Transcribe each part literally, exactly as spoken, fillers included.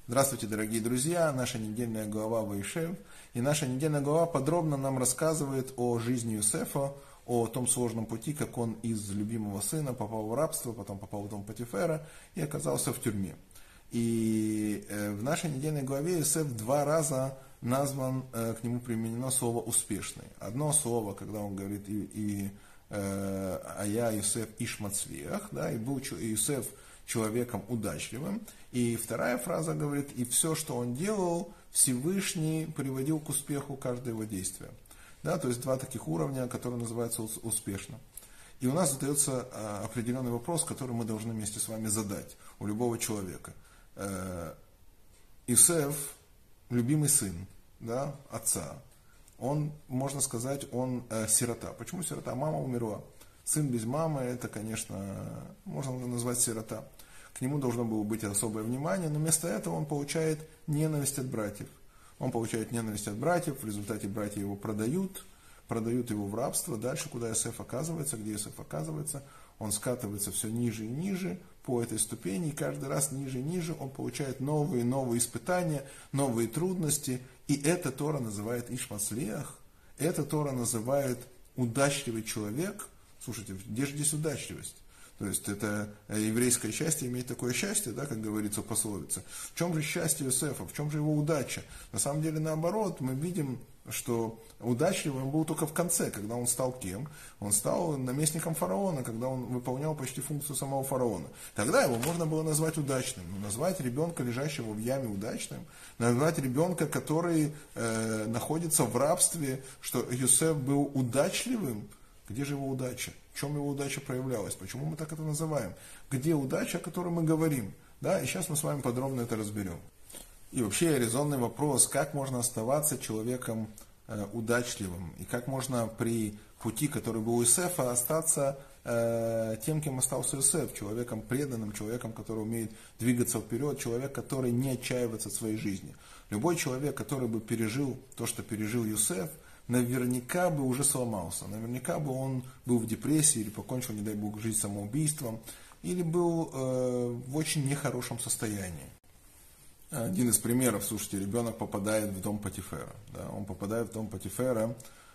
Здравствуйте, дорогие друзья! Наша недельная глава Ваишев. И наша недельная глава подробно нам рассказывает о жизни Йосефа, о том сложном пути, как он из любимого сына попал в рабство, потом попал в дом Потифера и оказался в тюрьме. И в нашей недельной главе Йосеф два раза назван, к нему применено слово «успешный». Одно слово, когда он говорит и, и «А я Йосеф иш мацлиах», да, и был Йосеф человеком удачливым. И вторая фраза говорит, и все, что он делал, Всевышний приводил к успеху каждое его действие. Да, то есть два таких уровня, которые называются успешно. И у нас задается определенный вопрос, который мы должны вместе с вами задать у любого человека. Йосеф, любимый сын, да, отца, он, можно сказать, он сирота. Почему сирота? Мама умерла. Сын без мамы, это, конечно, можно назвать сирота. К нему должно было быть особое внимание, но вместо этого он получает ненависть от братьев. Он получает ненависть от братьев, в результате братья его продают, продают его в рабство. Дальше, куда Йосеф оказывается, где Йосеф оказывается, он скатывается все ниже и ниже по этой ступени, и каждый раз ниже и ниже он получает новые и новые испытания, новые трудности. И это Тора называет иш мацлиах, это Тора называет удачливый человек. Слушайте, где же здесь удачливость? То есть это еврейское счастье имеет такое счастье, да, как говорится в пословице. В чем же счастье Йосефа, в чем же его удача? На самом деле наоборот, мы видим, что удачливым он был только в конце, когда он стал кем? Он стал наместником фараона, когда он выполнял почти функцию самого фараона. Тогда его можно было назвать удачным. Но назвать ребенка, лежащего в яме, удачным, назвать ребенка, который э, находится в рабстве, что Йосеф был удачливым, где же его удача? В чем его удача проявлялась? Почему мы так это называем? Где удача, о которой мы говорим? Да, и сейчас мы с вами подробно это разберем. И вообще резонный вопрос, как можно оставаться человеком э, удачливым? И как можно при пути, который был у Йосефа, остаться э, тем, кем остался Йосеф? Человеком преданным, человеком, который умеет двигаться вперед, человек, который не отчаивается от своей жизни. Любой человек, который бы пережил то, что пережил Йосеф, наверняка бы уже сломался, наверняка бы он был в депрессии или покончил, не дай бог, жизнь самоубийством, или был э, в очень нехорошем состоянии. Один из примеров, слушайте, ребенок попадает в дом Потифера, да, он попадает в дом Потифера,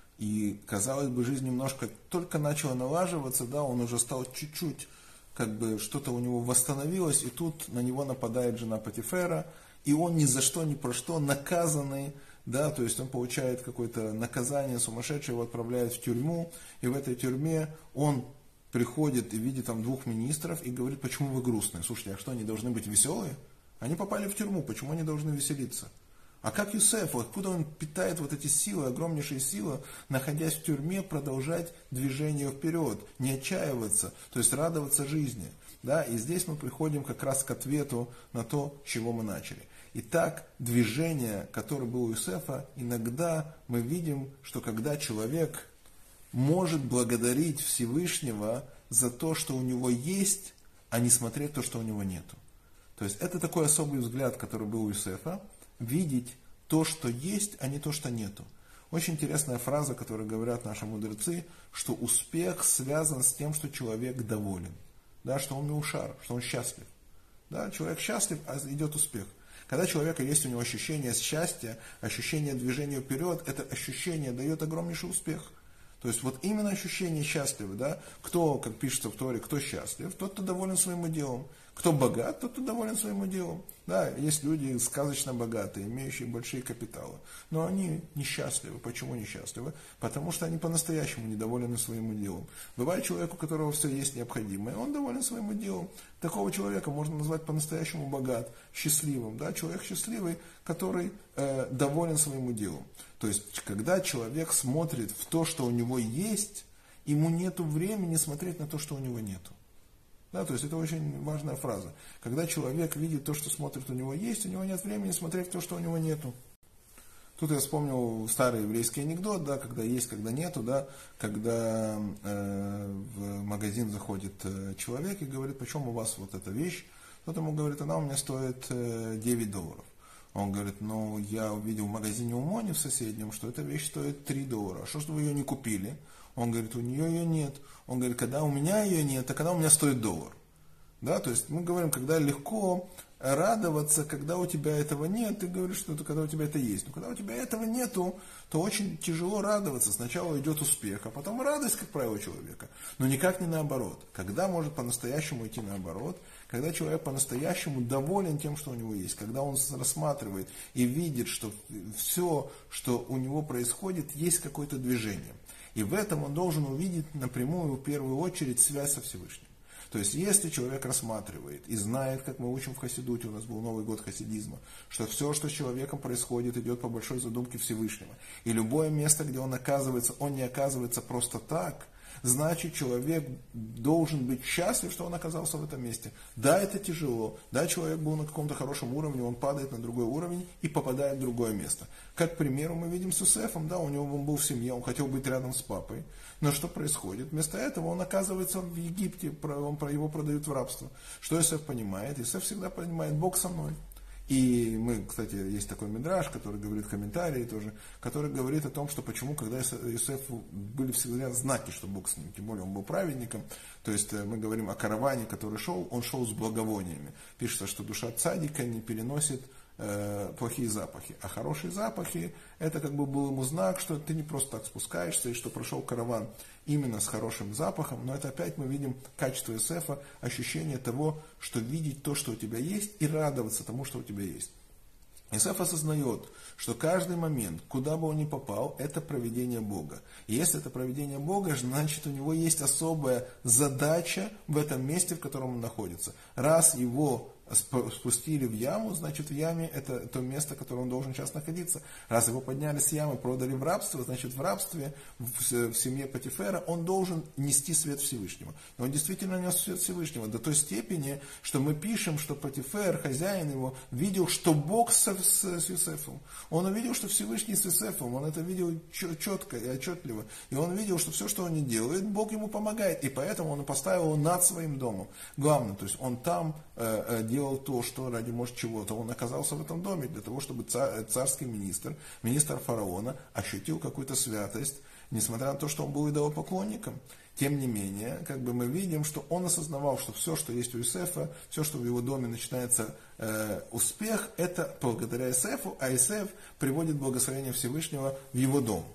и, казалось бы, жизнь немножко только начала налаживаться, да, он уже стал чуть-чуть, как бы что-то у него восстановилось, и тут на него нападает жена Потифера, и он ни за что, ни про что наказанный. Да, то есть он получает какое-то наказание сумасшедшее, его отправляют в тюрьму, и в этой тюрьме он приходит и видит там двух министров и говорит, почему вы грустные? Слушайте, а что, они должны быть веселые? Они попали в тюрьму, почему они должны веселиться? А как Йосеф, откуда он питает вот эти силы, огромнейшие силы, находясь в тюрьме, продолжать движение вперед, не отчаиваться, то есть радоваться жизни? Да, и здесь мы приходим как раз к ответу на то, с чего мы начали. Итак, движение, которое было у Йосефа, иногда мы видим, что когда человек может благодарить Всевышнего за то, что у него есть, а не смотреть то, что у него нету. То есть это такой особый взгляд, который был у Йосефа, видеть то, что есть, а не то, что нету. Очень интересная фраза, которую говорят наши мудрецы, что успех связан с тем, что человек доволен, да, что он меушар, что он счастлив. Да, человек счастлив, а идет успех. Когда у человека есть у него ощущение счастья, ощущение движения вперед, это ощущение дает огромнейший успех. То есть вот именно ощущение счастливого, да, кто, как пишется в Торе, кто счастлив, тот, кто доволен своим делом. Кто богат, тот, кто доволен своим делом. Да, есть люди сказочно богатые, имеющие большие капиталы, но они несчастливы. Почему несчастливы? Потому что они по-настоящему недовольны своим делом. Бывает человек, у которого все есть необходимое, он доволен своим делом. Такого человека можно назвать по-настоящему богат, счастливым. Да? Человек счастливый, который э, доволен своим делом. То есть, когда человек смотрит в то, что у него есть, ему нет времени смотреть на то, что у него нету. Да, то есть это очень важная фраза. Когда человек видит то, что смотрит у него есть, у него нет времени смотреть то, что у него нету. Тут я вспомнил старый еврейский анекдот, да, когда есть, когда нету, да, когда э, в магазин заходит э, человек и говорит, почем у вас вот эта вещь? Тот ему говорит, она у меня стоит э, девять долларов. Он говорит, ну я увидел в магазине у Мони в соседнем, что эта вещь стоит три доллара. А что ж вы ее не купили? Он говорит, у нее ее нет. Он говорит, когда у меня ее нет, а когда у меня стоит доллар. Да, то есть мы говорим, когда легко радоваться, когда у тебя этого нет, ты говоришь, что это когда у тебя это есть. Но когда у тебя этого нету, то очень тяжело радоваться. Сначала идет успех, а потом радость, как правило, человека. Но никак не наоборот. Когда может по-настоящему идти наоборот? Когда человек по-настоящему доволен тем, что у него есть. Когда он рассматривает и видит, что все, что у него происходит, есть какое-то движение. И в этом он должен увидеть напрямую, в первую очередь, связь со Всевышним. То есть, если человек рассматривает и знает, как мы учим в Хасидуте, у нас был Новый год хасидизма, что все, что с человеком происходит, идет по большой задумке Всевышнего. И любое место, где он оказывается, он не оказывается просто так, значит, человек должен быть счастлив, что он оказался в этом месте. Да, это тяжело. Да, человек был на каком-то хорошем уровне, он падает на другой уровень и попадает в другое место. Как, к примеру, мы видим с Иосифом, да, у него он был в семье, он хотел быть рядом с папой. Но что происходит? Вместо этого он оказывается в Египте, он, его продают в рабство. Что Иосиф понимает? Иосиф всегда понимает, Бог со мной. И мы, кстати, есть такой мидраш, который говорит, комментарии тоже, который говорит о том, что почему, когда Иосифу были всегда знаки, что Бог с ним, тем более он был праведником, то есть мы говорим о караване, который шел, он шел с благовониями. Пишется, что душа цадика не переносит э, плохие запахи, а хорошие запахи, это как бы был ему знак, что ты не просто так спускаешься, и что прошел караван именно с хорошим запахом, но это опять мы видим качество Иосифа, ощущение того, что видеть то, что у тебя есть, и радоваться тому, что у тебя есть. Иосиф осознает, что каждый момент, куда бы он ни попал, это провидение Бога. И если это провидение Бога, значит у него есть особая задача в этом месте, в котором он находится. Раз его спустили в яму, значит в яме это то место, в котором он должен сейчас находиться. Раз его подняли с ямы, продали в рабство, значит в рабстве, в, в семье Потифера, он должен нести свет Всевышнего. И он действительно нес свет Всевышнего до той степени, что мы пишем, что Потифер, хозяин его, видел, что Бог с, с, с Иосифом. Он увидел, что Всевышний с Иосифом, он это видел четко и отчетливо. И он видел, что все, что он не делает, Бог ему помогает. И поэтому он поставил его над своим домом. Главное, то есть он там э, э, делал то, что ради, может, чего-то, он оказался в этом доме для того, чтобы царь, царский министр, министр фараона ощутил какую-то святость, несмотря на то, что он был идолопоклонником. Тем не менее, как бы мы видим, что он осознавал, что все, что есть у Иосифа, все, что в его доме начинается э, успех, это благодаря Иосифу, а Иосиф приводит благословение Всевышнего в его дом.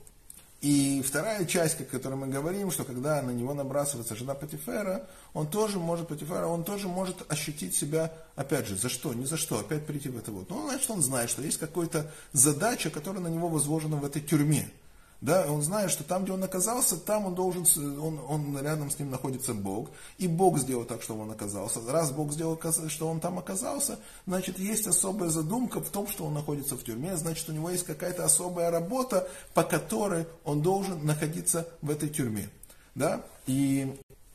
И вторая часть, о которой мы говорим, что когда на него набрасывается жена Потифера, он тоже может, Потифера, он тоже может ощутить себя, опять же, за что, не за что, опять прийти в это вот. Ну, значит, он знает, что есть какая-то задача, которая на него возложена в этой тюрьме. Да, он знает, что там, где он оказался, там он должен, он, он рядом с ним находится Бог, и Бог сделал так, чтобы он оказался. Раз Бог сделал, что он там оказался, значит, есть особая задумка в том, что он находится в тюрьме, значит, у него есть какая-то особая работа, по которой он должен находиться в этой тюрьме. Да? И...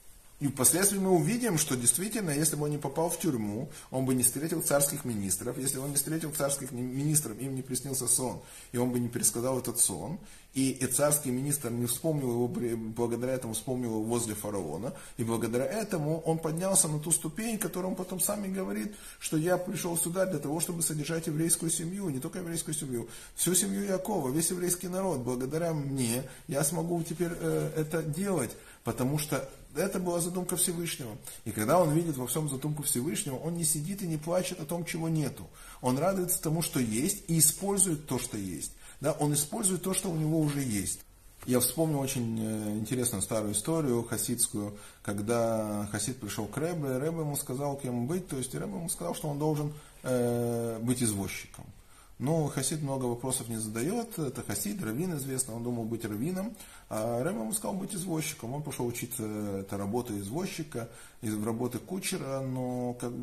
И впоследствии мы увидим, что действительно, если бы он не попал в тюрьму, он бы не встретил царских министров. Если он не встретил царских министров, им не приснился сон, и он бы не пересказал этот сон. И, и царский министр не вспомнил его, благодаря этому вспомнил его возле фараона. И благодаря этому он поднялся на ту ступень, которую он потом сам и говорит, что я пришел сюда для того, чтобы содержать еврейскую семью, не только еврейскую семью, всю семью Якова, весь еврейский народ. Благодаря мне я смогу теперь э, это делать, потому что это была задумка Всевышнего. И когда он видит во всем задумку Всевышнего, он не сидит и не плачет о том, чего нету. Он радуется тому, что есть, и использует то, что есть. Да, он использует то, что у него уже есть. Я вспомнил очень интересную старую историю хасидскую, когда хасид пришел к Ребе, Ребе ему сказал, кем быть, то есть Ребе ему сказал, что он должен э, быть извозчиком. Но хасид много вопросов не задает, это хасид, раввин известно, он думал быть раввином, а Ребе ему сказал быть извозчиком. Он пошел учиться это работы извозчика, из работы кучера, но как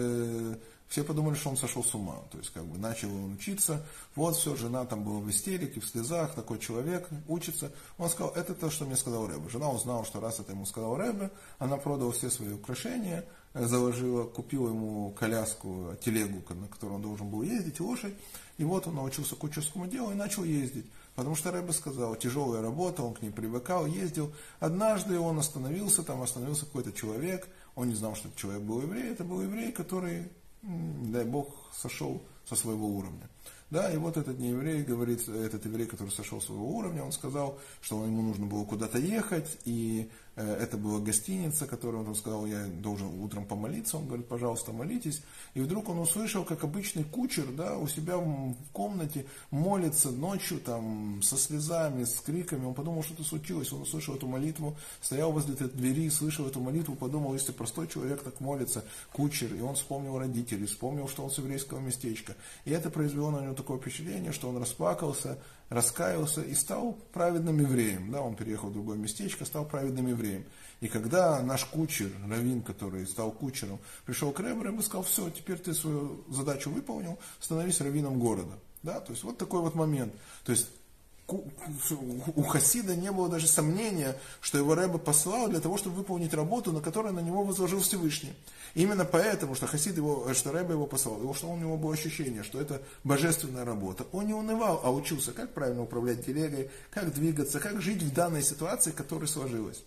бы все подумали, что он сошел с ума. То есть как бы начал он учиться, вот все, жена там была в истерике, в слезах, такой человек учится. Он сказал, это то, что мне сказал Ребе. Жена узнала, что раз это ему сказал Ребе, она продала все свои украшения, заложила, купила ему коляску, телегу, на которой он должен был ездить, лошадь. И вот он научился кучерскому делу и начал ездить. Потому что Ребе сказал, тяжелая работа, он к ней привыкал, ездил. Однажды он остановился, там остановился какой-то человек, он не знал, что этот человек был еврей, это был еврей, который, дай Бог, сошел со своего уровня. Да, и вот этот нееврей говорит, этот еврей, который сошел с своего уровня, он сказал, что ему нужно было куда-то ехать, и э, это была гостиница, которую он сказал, я должен утром помолиться, он говорит, пожалуйста, молитесь, и вдруг он услышал, как обычный кучер, да, у себя в комнате молится ночью, там, со слезами, с криками, он подумал, что-то случилось, он услышал эту молитву, стоял возле этой двери, слышал эту молитву, подумал, если простой человек так молится, кучер, и он вспомнил родителей, вспомнил, что он с еврейского местечка, и это произвело на него такое впечатление, что он расплакался, раскаялся и стал праведным евреем. Да, он переехал в другое местечко, стал праведным евреем. И когда наш кучер, раввин, который стал кучером, пришел к Ребе, Ребе сказал, все, теперь ты свою задачу выполнил, становись раввином города. Да, то есть вот такой вот момент. То есть у хасида не было даже сомнения, что его Ребе послал для того, чтобы выполнить работу, на которую на него возложил Всевышний. Именно поэтому, что хасид его, что Ребе его послал, и что у него было ощущение, что это божественная работа. Он не унывал, а учился, как правильно управлять телегой, как двигаться, как жить в данной ситуации, которая сложилась.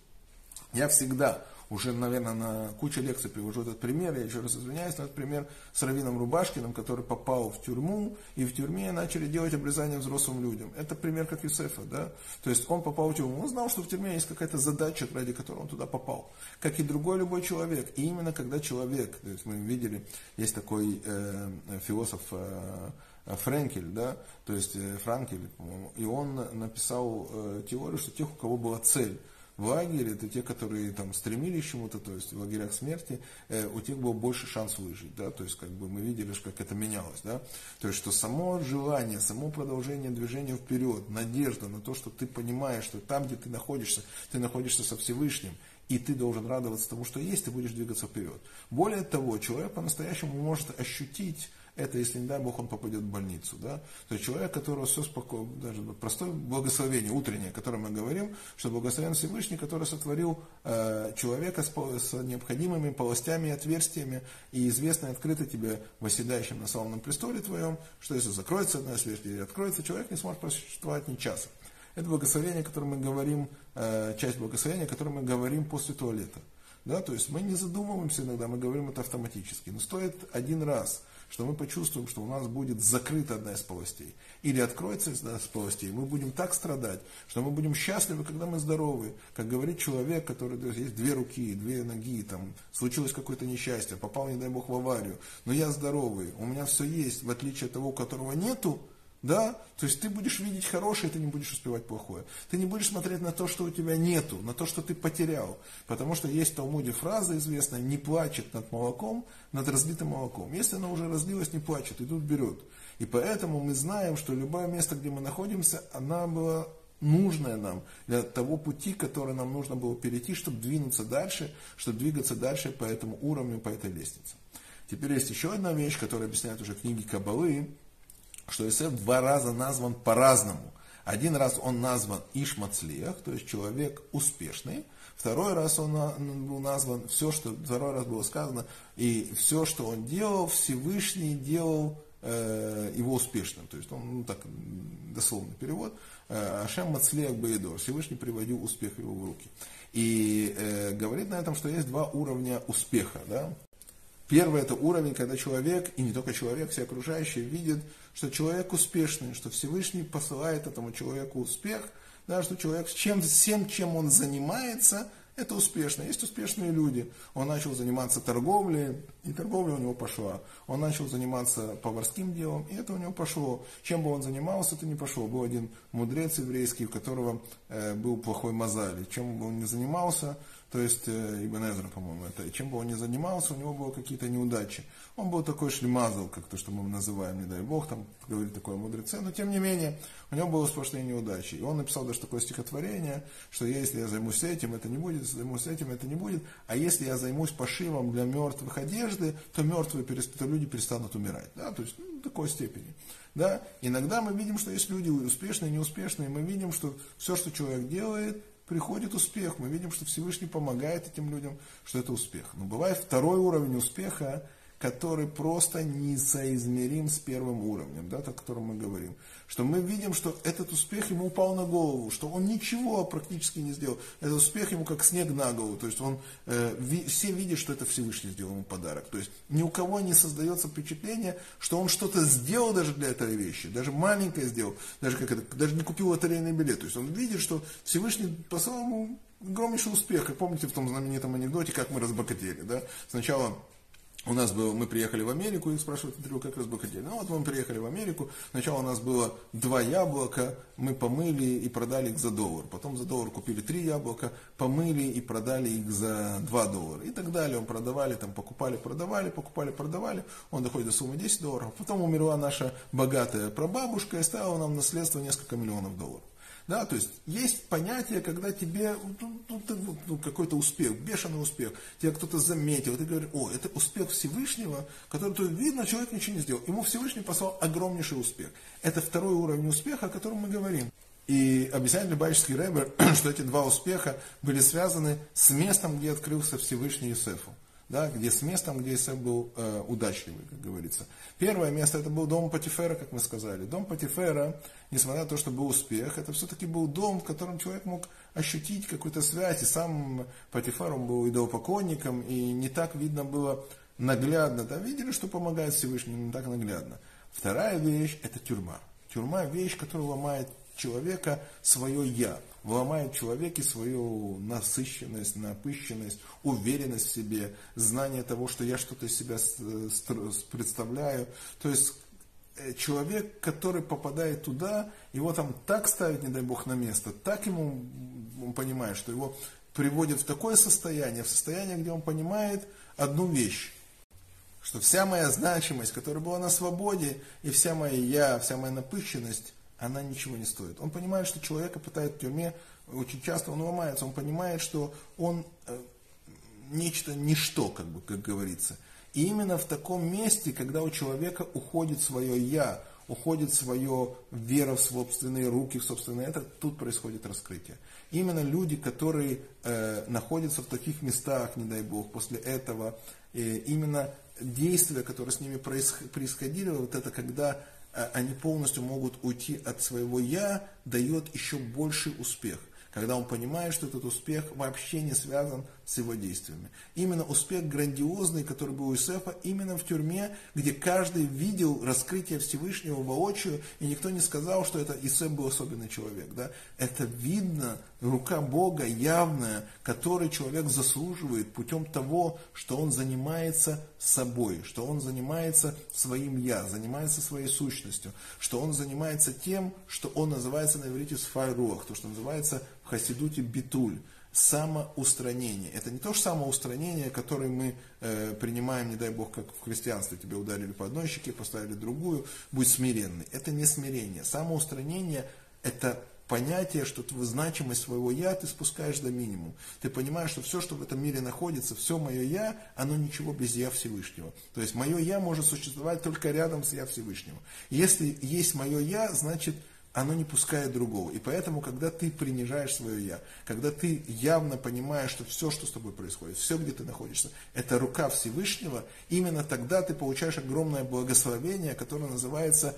Я всегда, уже, наверное, на кучу лекций привожу этот пример, я еще раз извиняюсь, но этот пример с раввином Рубашкиным, который попал в тюрьму, и в тюрьме начали делать обрезание взрослым людям. Это пример как Юсефа, да? То есть он попал в тюрьму, он знал, что в тюрьме есть какая-то задача, ради которой он туда попал, как и другой любой человек. И именно когда человек, то есть мы видели, есть такой э, философ э, Френкель, да, то есть э, Франкель, по-моему, и он написал э, теорию, что тех, у кого была цель в лагере, это те, которые там стремились к чему-то, то есть в лагерях смерти, э, у тех был больше шанс выжить, да, то есть как бы мы видели, как это менялось, да, то есть что само желание, само продолжение движения вперед, надежда на то, что ты понимаешь, что там, где ты находишься, ты находишься со Всевышним, и ты должен радоваться тому, что есть, ты будешь двигаться вперед. Более того, человек по-настоящему может ощутить это, если, не дай Бог, он попадет в больницу. Да? То есть человек, которого все спокойно, даже простое благословение, утреннее, о котором мы говорим, что благословен Всевышний, который сотворил э, человека с, с необходимыми полостями и отверстиями, и известно и открыто тебе, восседающим на славном престоле твоем, что если закроется одно отверстие или откроется, человек не сможет просуществовать ни часа. Это благословение, о котором мы говорим, э, часть благословения, о котором мы говорим после туалета. Да? То есть мы не задумываемся иногда, мы говорим это автоматически. Но стоит один раз, что мы почувствуем, что у нас будет закрыта одна из полостей, или откроется одна из полостей, мы будем так страдать, что мы будем счастливы, когда мы здоровы. Как говорит человек, который есть две руки, две ноги, там, случилось какое-то несчастье, попал, не дай Бог, в аварию, но я здоровый, у меня все есть, в отличие от того, у которого нету. Да? То есть ты будешь видеть хорошее, ты не будешь успевать плохое. Ты не будешь смотреть на то, что у тебя нету, на то, что ты потерял. Потому что есть в Талмуде фраза известная: не плачет над молоком, над разбитым молоком. Если оно уже разлилось, не плачет, и тут берет. И поэтому мы знаем, что любое место, где мы находимся, оно было нужное нам для того пути, который нам нужно было перейти, чтобы двинуться дальше, чтобы двигаться дальше по этому уровню, по этой лестнице. Теперь есть еще одна вещь, которая объясняет уже книги Каббалы, что Йосеф два раза назван по-разному. Один раз он назван Иш Мацлиах, то есть человек успешный. Второй раз он был назван, все, что второй раз было сказано, и все, что он делал, Всевышний делал э, его успешным. То есть он, ну так, дословный перевод, э, Ашем Мацлиах Баидор, Всевышний приводил успех его в руки. И э, говорит на этом, что есть два уровня успеха. Да? Первый — это уровень, когда человек, и не только человек, все окружающие видят, что человек успешный, что Всевышний посылает этому человеку успех, да, что человек чем, всем, чем он занимается, это успешно. Есть успешные люди. Он начал заниматься торговлей, и торговля у него пошла. Он начал заниматься поварским делом, и это у него пошло. Чем бы он занимался, это не пошло. Был один мудрец еврейский, у которого э, был плохой мазаль. Чем бы он ни занимался, то есть э, Ибн Эзра, по-моему, это, и чем бы он ни занимался, у него были какие-то неудачи. Он был такой шлемазл, как то, что мы называем, не дай Бог, там говорит такое мудреце, но тем не менее, у него было сплошные неудачи. И он написал даже такое стихотворение, что если я займусь этим, это не будет, если я займусь этим, это не будет, а если я займусь пошивом для мертвых одежды, то мертвые, то люди перестанут умирать. Да? То есть, ну, в такой степени. Да? Иногда мы видим, что есть люди успешные, неуспешные, мы видим, что все, что человек делает, приходит успех. Мы видим, что Всевышний помогает этим людям, что это успех. Но бывает второй уровень успеха, который просто несоизмерим с первым уровнем, да, о котором мы говорим. Что мы видим, что этот успех ему упал на голову, что он ничего практически не сделал. Этот успех ему как снег на голову. То есть он, э, ви, все видят, что это Всевышний сделал ему подарок. То есть ни у кого не создается впечатление, что он что-то сделал даже для этой вещи. Даже маленькое сделал. Даже, как это, даже не купил лотерейный билет. То есть он видит, что Всевышний послал ему огромнейший успех. Как помните в том знаменитом анекдоте, как мы разбогатели. Да? Сначала... У нас было, мы приехали в Америку, и спрашивают интервью, как разбогатели. Ну вот мы приехали в Америку, сначала у нас было два яблока, мы помыли и продали их за доллар. Потом за доллар купили три яблока, помыли и продали их за два доллара. И так далее, он продавали, там покупали, продавали, покупали, продавали. Он доходит до суммы десять долларов. Потом умерла наша богатая прабабушка и оставила нам в наследство несколько миллионов долларов. Да, то есть есть понятие, когда тебе ну, ну, какой-то успех, бешеный успех, тебя кто-то заметил, ты говоришь, о, это успех Всевышнего, который, то видно, человек ничего не сделал. Ему Всевышний послал огромнейший успех. Это второй уровень успеха, о котором мы говорим. И объясняет Любавичский Ребе, что эти два успеха были связаны с местом, где открылся Всевышний Йосефу. Да, где с местом, где Йосеф был э, удачливый, как говорится. Первое место это был дом Потифера, как мы сказали. Дом Потифера, несмотря на то, что был успех, это все-таки был дом, в котором человек мог ощутить какую-то связь. И сам Потифер, он был идолопоклонником, и не так видно было наглядно. Да, видели, что помогает Всевышний, но не так наглядно. Вторая вещь это тюрьма. Тюрьма вещь, которая ломает человека свое «я». Ломает в человеке свою насыщенность, напыщенность, уверенность в себе, знание того, что я что-то из себя представляю. То есть человек, который попадает туда, его там так ставить, не дай Бог, на место, так ему, он понимает, что его приводит в такое состояние, в состояние, где он понимает одну вещь, что вся моя значимость, которая была на свободе, и вся моя «я», вся моя напыщенность, она ничего не стоит. Он понимает, что человека пытают в тюрьме, очень часто он ломается, он понимает, что он э, нечто, ничто, как бы, как говорится. И именно в таком месте, когда у человека уходит свое «я», уходит свое вера в собственные руки, в собственное это, тут происходит раскрытие. Именно люди, которые э, находятся в таких местах, не дай Бог, после этого, э, именно действия, которые с ними происходили, вот это когда они полностью могут уйти от своего «я», дает еще больший успех. Когда он понимает, что этот успех вообще не связан с его действиями. Именно успех грандиозный, который был у Йосефа, именно в тюрьме, где каждый видел раскрытие Всевышнего воочию, и никто не сказал, что это Йосеф был особенный человек. Да? Это видно, рука Бога явная, которой человек заслуживает путем того, что он занимается собой, что он занимается своим «я», занимается своей сущностью, что он занимается тем, что он называется на иврите сфар руах, то, что называется в хасидуте битуль. Самоустранение. Это не то же самоустранение, которое мы э, принимаем, не дай Бог, как в христианстве. Тебя ударили по одной щеке, поставили другую, будь смиренный. Это не смирение. Самоустранение это понятие, что твою значимость своего «я» ты спускаешь до минимума. Ты понимаешь, что все, что в этом мире находится, все мое «я», оно ничего без «я» Всевышнего. То есть мое «я» может существовать только рядом с «я» Всевышнего. Если есть мое «я», значит оно не пускает другого. И поэтому, когда ты принижаешь свое «я», когда ты явно понимаешь, что все, что с тобой происходит, все, где ты находишься, это рука Всевышнего, именно тогда ты получаешь огромное благословение, которое называется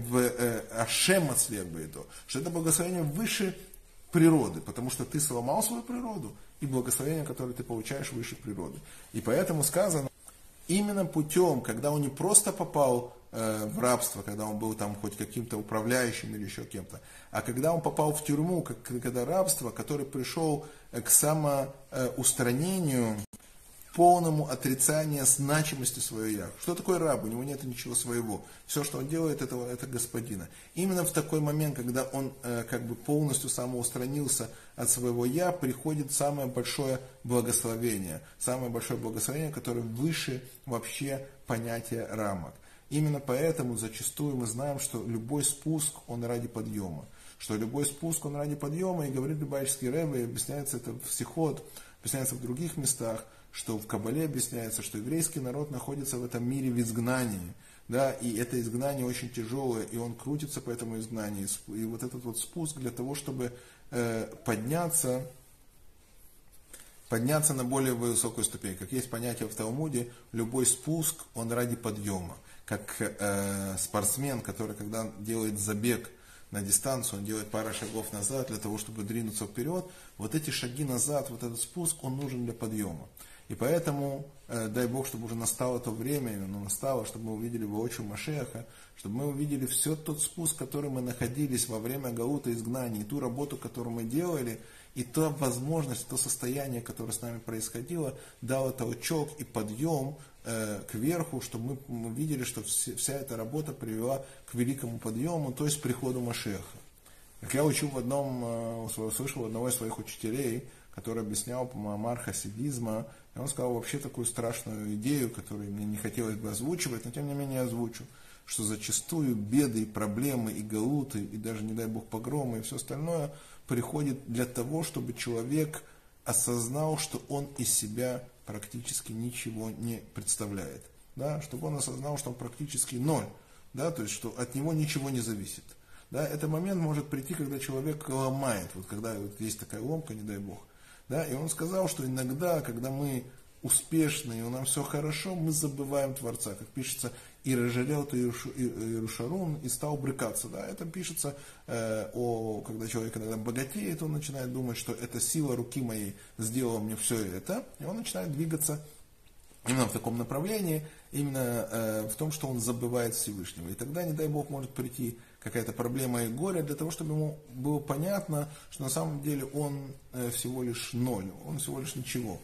Ашем Ацлиах Бейто, что это благословение выше природы, потому что ты сломал свою природу, и благословение, которое ты получаешь, выше природы. И поэтому сказано, именно путем, когда он не просто попал в рабство, когда он был там хоть каким-то управляющим или еще кем-то, а когда он попал в тюрьму, как, когда рабство, который пришел к самоустранению, полному отрицанию значимости своего «я». Что такое раб? У него нет ничего своего. Все, что он делает, это, это господина. Именно в такой момент, когда он э, как бы полностью самоустранился от своего «я», приходит самое большое благословение. Самое большое благословение, которое выше вообще понятия рамок. Именно поэтому зачастую мы знаем, что любой спуск, он ради подъема. Что любой спуск, он ради подъема, и говорит Любавичский Ребе, и объясняется это в Сихот, объясняется в других местах, что в Кабале объясняется, что еврейский народ находится в этом мире в изгнании. Да, и это изгнание очень тяжелое, и он крутится по этому изгнанию. И вот этот вот спуск для того, чтобы э, подняться, подняться на более высокую ступень. Как есть понятие в Талмуде, любой спуск, он ради подъема. Как э, спортсмен, который когда делает забег на дистанцию, он делает пару шагов назад для того, чтобы двинуться вперед. Вот эти шаги назад, вот этот спуск, он нужен для подъема. И поэтому, э, дай Бог, чтобы уже настало то время, оно настало, чтобы мы увидели воочию Машеха, чтобы мы увидели все тот спуск, в котором мы находились во время галута изгнания, и ту работу, которую мы делали, и та возможность, то состояние, которое с нами происходило, дало толчок и подъем э, кверху, чтобы мы, мы видели, что все, вся эта работа привела к великому подъему, то есть к приходу Машеха. Как я учил в одном, э, услышал у одного из своих учителей, который объяснял по маамар хасидизма, и он сказал вообще такую страшную идею, которую мне не хотелось бы озвучивать, но тем не менее озвучу, что зачастую беды и проблемы, и галуты, и даже, не дай Бог, погромы, и все остальное приходит для того, чтобы человек осознал, что он из себя практически ничего не представляет. Да? Чтобы он осознал, что он практически ноль. Да? То есть, что от него ничего не зависит. Да? Этот момент может прийти, когда человек ломает. Вот когда вот есть такая ломка, не дай Бог. Да? И он сказал, что иногда, когда мы успешны, и у нас все хорошо, мы забываем Творца. Как пишется, и разжалел ты Иерушарун, и стал брыкаться. Да? Это пишется, э, о, когда человек иногда богатеет, он начинает думать, что это сила руки моей сделала мне все это, и он начинает двигаться именно в таком направлении, именно э, в том, что он забывает Всевышнего. И тогда, не дай Бог, может прийти какая-то проблема и горе, для того, чтобы ему было понятно, что на самом деле он э, всего лишь ноль, он всего лишь ничего.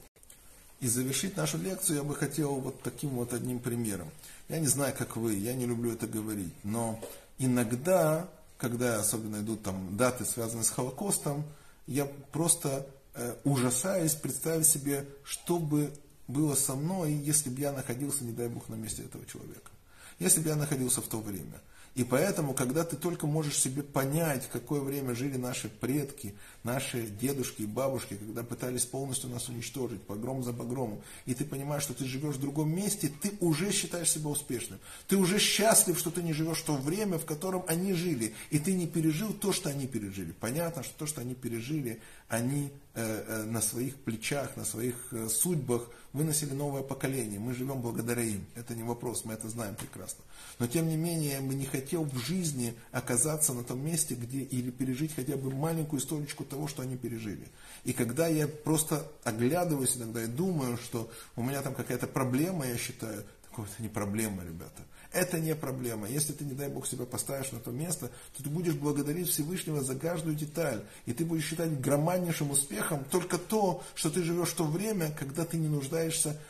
И завершить нашу лекцию я бы хотел вот таким вот одним примером. Я не знаю, как вы, я не люблю это говорить, но иногда, когда особенно идут там даты, связанные с Холокостом, я просто э, ужасаюсь представить себе, что бы было со мной, если бы я находился, не дай Бог, на месте этого человека. Если бы я находился в то время. И поэтому, когда ты только можешь себе понять, в какое время жили наши предки, наши дедушки и бабушки, когда пытались полностью нас уничтожить, погром за погромом, и ты понимаешь, что ты живешь в другом месте, ты уже считаешь себя успешным. Ты уже счастлив, что ты не живешь в то время, в котором они жили, и ты не пережил то, что они пережили. Понятно, что то, что они пережили, они э, э, на своих плечах, на своих э, судьбах выносили новое поколение. Мы живем благодаря им. Это не вопрос, мы это знаем прекрасно. Но тем не менее, я бы не хотел в жизни оказаться на том месте, где или пережить хотя бы маленькую столечку того, что они пережили. И когда я просто оглядываюсь иногда и думаю, что у меня там какая-то проблема, я считаю, такое это не проблема, ребята. Это не проблема. Если ты, не дай Бог, себя поставишь на то место, то ты будешь благодарить Всевышнего за каждую деталь. И ты будешь считать громаднейшим успехом только то, что ты живешь в то время, когда ты не нуждаешься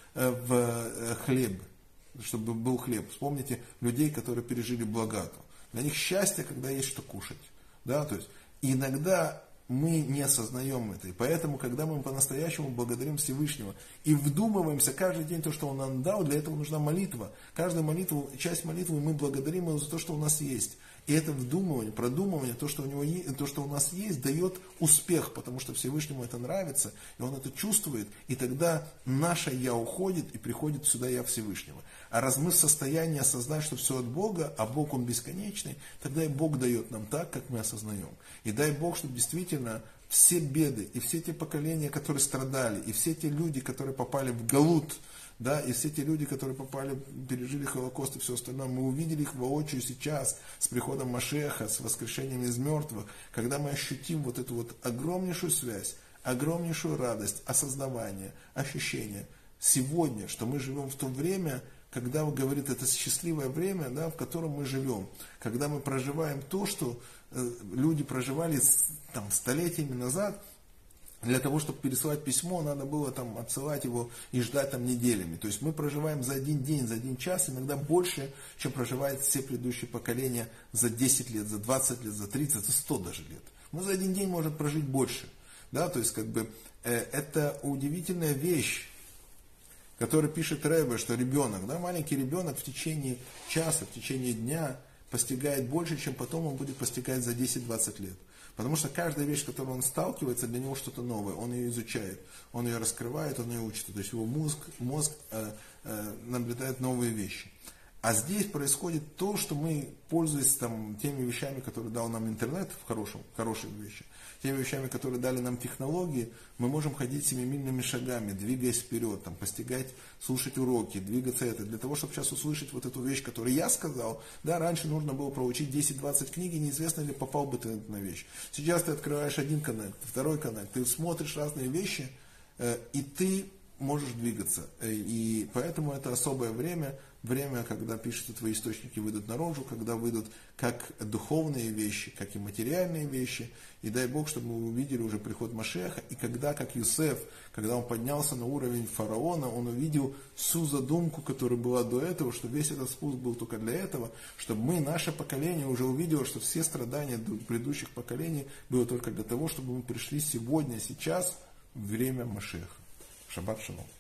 в хлебе. Чтобы был хлеб. Вспомните людей, которые пережили благодать. Для них счастье, когда есть что кушать. Да? То есть, иногда мы не осознаем это. И поэтому, когда мы по-настоящему благодарим Всевышнего и вдумываемся каждый день то, что Он нам дал, для этого нужна молитва. Каждую молитву, часть молитвы мы благодарим Его за то, что у нас есть. И это вдумывание, продумывание, то, что у него есть, то, что у нас есть, дает успех, потому что Всевышнему это нравится, и он это чувствует, и тогда наше «я» уходит, и приходит сюда «я» Всевышнего. А раз мы в состоянии осознать, что все от Бога, а Бог Он бесконечный, тогда и Бог дает нам так, как мы осознаем. И дай Бог, чтобы действительно все беды, и все те поколения, которые страдали, и все те люди, которые попали в галут, да, и все те люди, которые попали, пережили Холокост и все остальное, мы увидели их воочию сейчас, с приходом Машеха, с воскрешением из мертвых, когда мы ощутим вот эту вот огромнейшую связь, огромнейшую радость, осознавание, ощущение сегодня, что мы живем в то время, когда он говорит, это счастливое время, да, в котором мы живем, когда мы проживаем то, что э, люди проживали там, столетиями назад. Для того, чтобы пересылать письмо, надо было там отсылать его и ждать там неделями. То есть мы проживаем за один день, за один час, иногда больше, чем проживают все предыдущие поколения за десять лет, за двадцать лет, за тридцать, за сто даже лет. Мы за один день можем прожить больше. Да? То есть как бы э, это удивительная вещь, которую пишет Ребе, что ребенок, да, маленький ребенок в течение часа, в течение дня постигает больше, чем потом он будет постигать за десять-двадцать лет. Потому что каждая вещь, с которой он сталкивается, для него что-то новое. Он ее изучает, он ее раскрывает, он ее учит. То есть его мозг, мозг э, э, наблюдает новые вещи. А здесь происходит то, что мы, пользуясь там, теми вещами, которые дал нам интернет, в хорошем, хорошие вещи, теми вещами, которые дали нам технологии, мы можем ходить семимильными шагами, двигаясь вперед, там, постигать, слушать уроки, двигаться это. Для того, чтобы сейчас услышать вот эту вещь, которую я сказал, да, раньше нужно было проучить десять-двадцать книг, и неизвестно ли попал бы ты на вещь. Сейчас ты открываешь один коннект, второй коннект, ты смотришь разные вещи, э, и ты можешь двигаться. И поэтому это особое время, время, когда пишутся твои источники, выйдут наружу, когда выйдут как духовные вещи, как и материальные вещи. И дай Бог, чтобы мы увидели уже приход Машеха. И когда, как Юсеф, когда он поднялся на уровень фараона, он увидел всю задумку, которая была до этого, что весь этот спуск был только для этого, чтобы мы, наше поколение, уже увидело, что все страдания предыдущих поколений было только для того, чтобы мы пришли сегодня, сейчас, в время Машеха. Шаббат шалом.